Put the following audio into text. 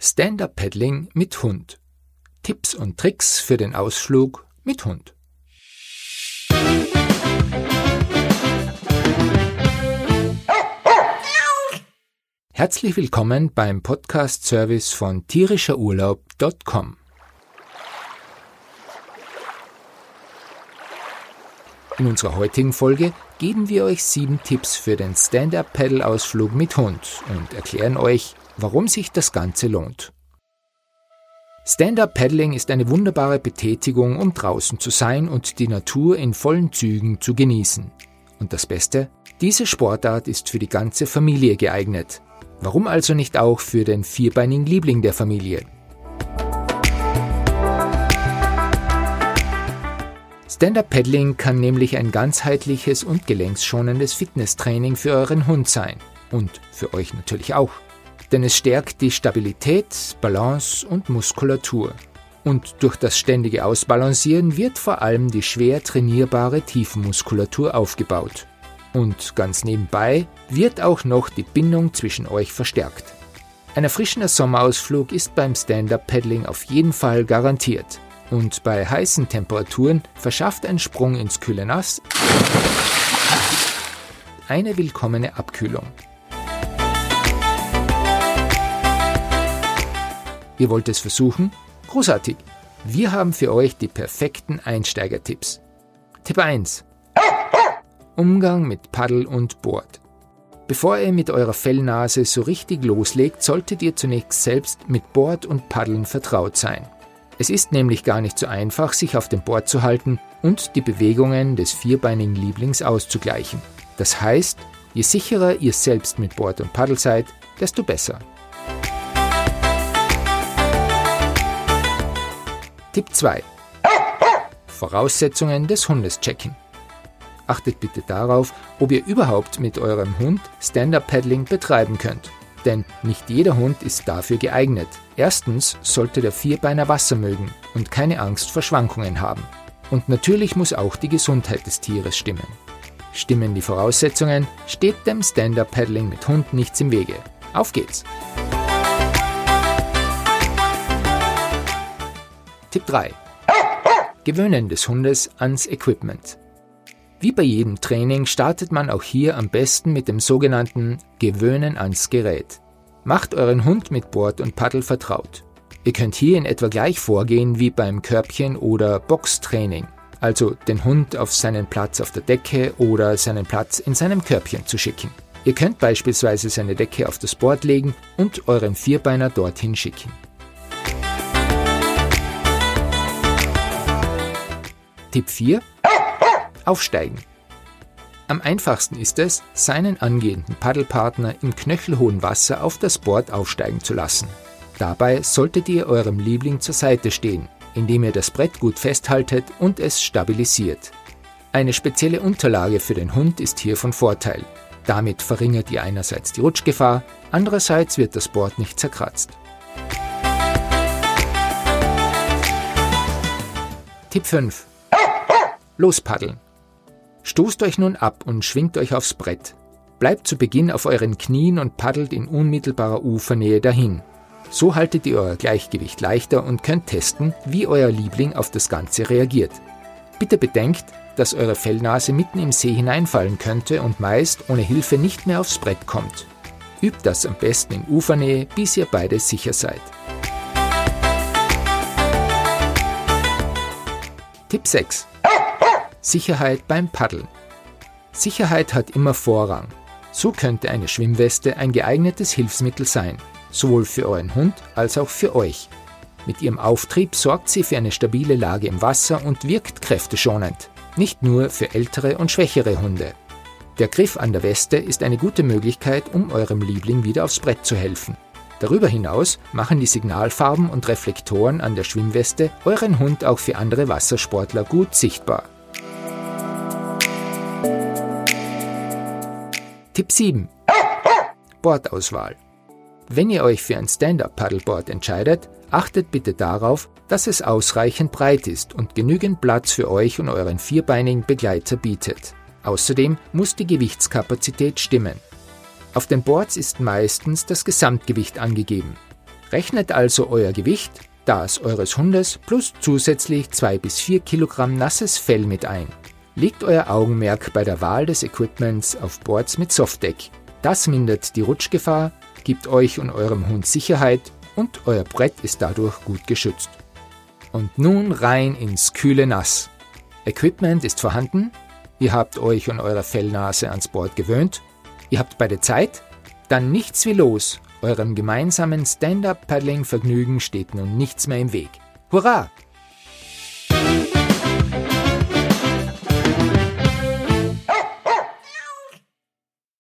Stand-Up-Paddling mit Hund. Tipps und Tricks für den Ausflug mit Hund. Herzlich willkommen beim Podcast-Service von tierischerurlaub.com. In unserer heutigen Folge geben wir euch 7 Tipps für den Stand-Up-Paddle-Ausflug mit Hund und erklären euch, warum sich das Ganze lohnt. Stand-Up-Paddling ist eine wunderbare Betätigung, um draußen zu sein und die Natur in vollen Zügen zu genießen. Und das Beste? Diese Sportart ist für die ganze Familie geeignet. Warum also nicht auch für den vierbeinigen Liebling der Familie? Stand-Up-Paddling kann nämlich ein ganzheitliches und gelenksschonendes Fitnesstraining für euren Hund sein. Und für euch natürlich auch. Denn es stärkt die Stabilität, Balance und Muskulatur. Und durch das ständige Ausbalancieren wird vor allem die schwer trainierbare Tiefenmuskulatur aufgebaut. Und ganz nebenbei wird auch noch die Bindung zwischen euch verstärkt. Ein erfrischender Sommerausflug ist beim Stand-Up-Paddling auf jeden Fall garantiert. Und bei heißen Temperaturen verschafft ein Sprung ins kühle Nass eine willkommene Abkühlung. Ihr wollt es versuchen? Großartig! Wir haben für euch die perfekten Einsteigertipps. Tipp 1. Umgang mit Paddel und Board. Bevor ihr mit eurer Fellnase so richtig loslegt, solltet ihr zunächst selbst mit Board und Paddeln vertraut sein. Es ist nämlich gar nicht so einfach, sich auf dem Board zu halten und die Bewegungen des vierbeinigen Lieblings auszugleichen. Das heißt, je sicherer ihr selbst mit Board und Paddel seid, desto besser. Tipp 2. Voraussetzungen des Hundes checken. Achtet bitte darauf, ob ihr überhaupt mit eurem Hund Stand-Up-Paddling betreiben könnt. Denn nicht jeder Hund ist dafür geeignet. Erstens sollte der Vierbeiner Wasser mögen und keine Angst vor Schwankungen haben. Und natürlich muss auch die Gesundheit des Tieres stimmen. Stimmen die Voraussetzungen, steht dem Stand-Up-Paddling mit Hund nichts im Wege. Auf geht's! Tipp 3. Gewöhnen des Hundes ans Equipment. Wie bei jedem Training startet man auch hier am besten mit dem sogenannten Gewöhnen ans Gerät. Macht euren Hund mit Board und Paddel vertraut. Ihr könnt hier in etwa gleich vorgehen wie beim Körbchen- oder Boxtraining, also den Hund auf seinen Platz auf der Decke oder seinen Platz in seinem Körbchen zu schicken. Ihr könnt beispielsweise seine Decke auf das Board legen und euren Vierbeiner dorthin schicken. Tipp 4. Aufsteigen. Am einfachsten ist es, seinen angehenden Paddelpartner im knöchelhohen Wasser auf das Board aufsteigen zu lassen. Dabei solltet ihr eurem Liebling zur Seite stehen, indem ihr das Brett gut festhaltet und es stabilisiert. Eine spezielle Unterlage für den Hund ist hier von Vorteil. Damit verringert ihr einerseits die Rutschgefahr, andererseits wird das Board nicht zerkratzt. Tipp 5. Lospaddeln. Stoßt euch nun ab und schwingt euch aufs Brett. Bleibt zu Beginn auf euren Knien und paddelt in unmittelbarer Ufernähe dahin. So haltet ihr euer Gleichgewicht leichter und könnt testen, wie euer Liebling auf das Ganze reagiert. Bitte bedenkt, dass eure Fellnase mitten im See hineinfallen könnte und meist ohne Hilfe nicht mehr aufs Brett kommt. Übt das am besten in Ufernähe, bis ihr beide sicher seid. Tipp 6. Sicherheit beim Paddeln. Sicherheit hat immer Vorrang. So könnte eine Schwimmweste ein geeignetes Hilfsmittel sein, sowohl für euren Hund als auch für euch. Mit ihrem Auftrieb sorgt sie für eine stabile Lage im Wasser und wirkt kräfteschonend, nicht nur für ältere und schwächere Hunde. Der Griff an der Weste ist eine gute Möglichkeit, um eurem Liebling wieder aufs Brett zu helfen. Darüber hinaus machen die Signalfarben und Reflektoren an der Schwimmweste euren Hund auch für andere Wassersportler gut sichtbar. Tipp 7. Bordauswahl. Wenn ihr euch für ein Stand-Up-Paddleboard entscheidet, achtet bitte darauf, dass es ausreichend breit ist und genügend Platz für euch und euren vierbeinigen Begleiter bietet. Außerdem muss die Gewichtskapazität stimmen. Auf den Boards ist meistens das Gesamtgewicht angegeben. Rechnet also euer Gewicht, das eures Hundes, plus zusätzlich 2 bis 4 Kilogramm nasses Fell mit ein. Legt euer Augenmerk bei der Wahl des Equipments auf Boards mit Softdeck. Das mindert die Rutschgefahr, gibt euch und eurem Hund Sicherheit und euer Brett ist dadurch gut geschützt. Und nun rein ins kühle Nass. Equipment ist vorhanden, ihr habt euch und eurer Fellnase ans Board gewöhnt, ihr habt beide Zeit, dann nichts wie los. Eurem gemeinsamen Stand-Up-Paddling-Vergnügen steht nun nichts mehr im Weg. Hurra!